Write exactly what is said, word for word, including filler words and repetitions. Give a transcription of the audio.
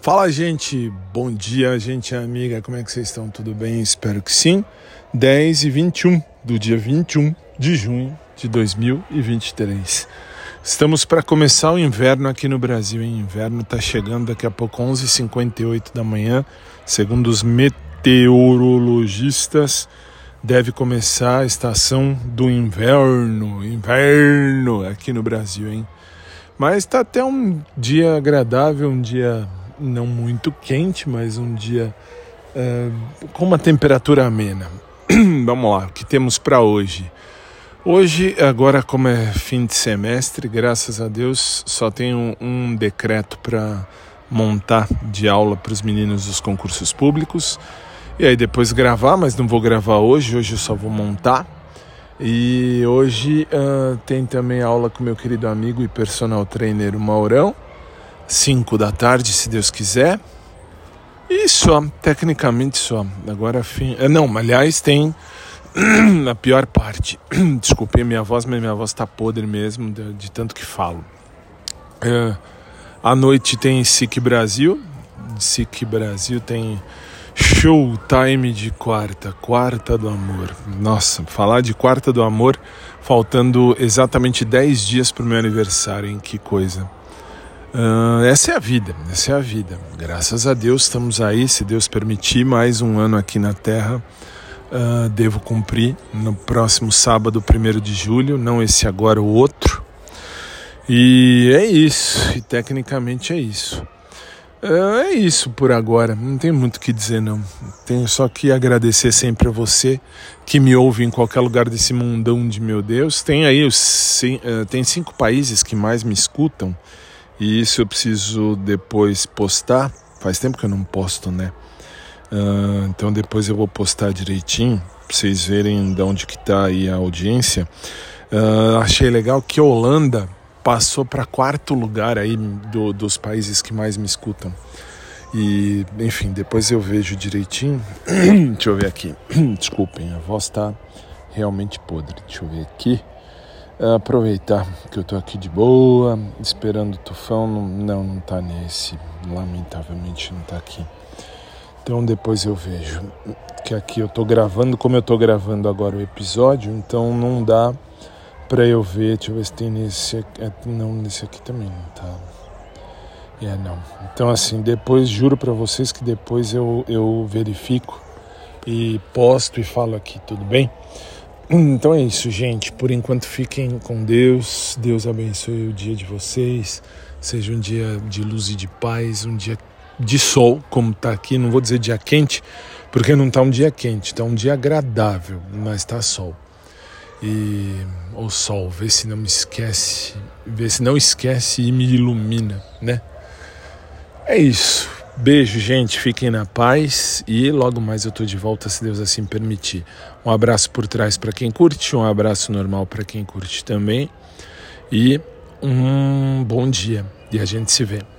Fala, gente, bom dia, gente amiga, como é que vocês estão? Tudo bem? Espero que sim. dez e vinte e um do dia vinte e um de junho de dois mil e vinte e três. Estamos para começar o inverno aqui no Brasil, hein? O inverno está chegando daqui a pouco, onze e cinquenta e oito da manhã, segundo os meteorologistas. Deve começar a estação do inverno, inverno aqui no Brasil, hein? Mas está até um dia agradável, um dia não muito quente, mas um dia uh, com uma temperatura amena. Vamos lá, o que temos para hoje? Hoje, agora como é fim de semestre, graças a Deus, só tenho um decreto para montar de aula para os meninos dos concursos públicos. E aí depois gravar, mas não vou gravar hoje, hoje eu só vou montar. E hoje uh, tem também aula com meu querido amigo e personal trainer, o Maurão, cinco da tarde, se Deus quiser. E só, tecnicamente só. Agora, fim... Não, aliás, tem a pior parte. Desculpem minha voz, mas minha voz está podre mesmo, de, de tanto que falo. Uh, à noite tem S I C Brasil. S I C Brasil tem Showtime de quarta, quarta do amor. Nossa, falar de quarta do amor, faltando exatamente dez dias para o meu aniversário, hein? Que coisa. Uh, essa é a vida, essa é a vida. Graças a Deus estamos aí, se Deus permitir, mais um ano aqui na Terra. Uh, devo cumprir no próximo sábado, primeiro de julho, não esse agora, o outro. E é isso, e tecnicamente é isso. Uh, é isso por agora, não tenho muito o que dizer não. Tenho só que agradecer sempre a você que me ouve em qualquer lugar desse mundão de meu Deus. Tem aí os, uh, tem cinco países que mais me escutam. E isso eu preciso depois postar. Faz tempo que eu não posto, né? Uh, então depois eu vou postar direitinho para vocês verem de onde que tá aí a audiência. Uh, achei legal que a Holanda passou para quarto lugar aí do, dos países que mais me escutam. E, enfim, depois eu vejo direitinho. Deixa eu ver aqui. Desculpem, a voz tá realmente podre. Deixa eu ver aqui. Aproveitar que eu tô aqui de boa, esperando o tufão. Não, não, não tá nesse. Lamentavelmente não tá aqui. Então depois eu vejo. Que aqui eu tô gravando, como eu tô gravando agora o episódio, então não dá pra eu ver. Deixa eu ver se tem nesse aqui. Não, nesse aqui também não tá. É, não. Então assim, depois juro pra vocês que depois eu, eu verifico e posto e falo aqui, tudo bem? Então é isso, gente. Por enquanto fiquem com Deus. Deus abençoe o dia de vocês. Seja um dia de luz e de paz, um dia de sol, como está aqui. Não vou dizer dia quente, porque não está um dia quente, está um dia agradável, mas está sol. E o sol, vê se não me esquece, vê se não esquece e me ilumina, né? É isso. Beijo, gente, fiquem na paz e logo mais eu tô de volta, se Deus assim permitir. Um abraço por trás para quem curte, um abraço normal para quem curte também e um bom dia e a gente se vê.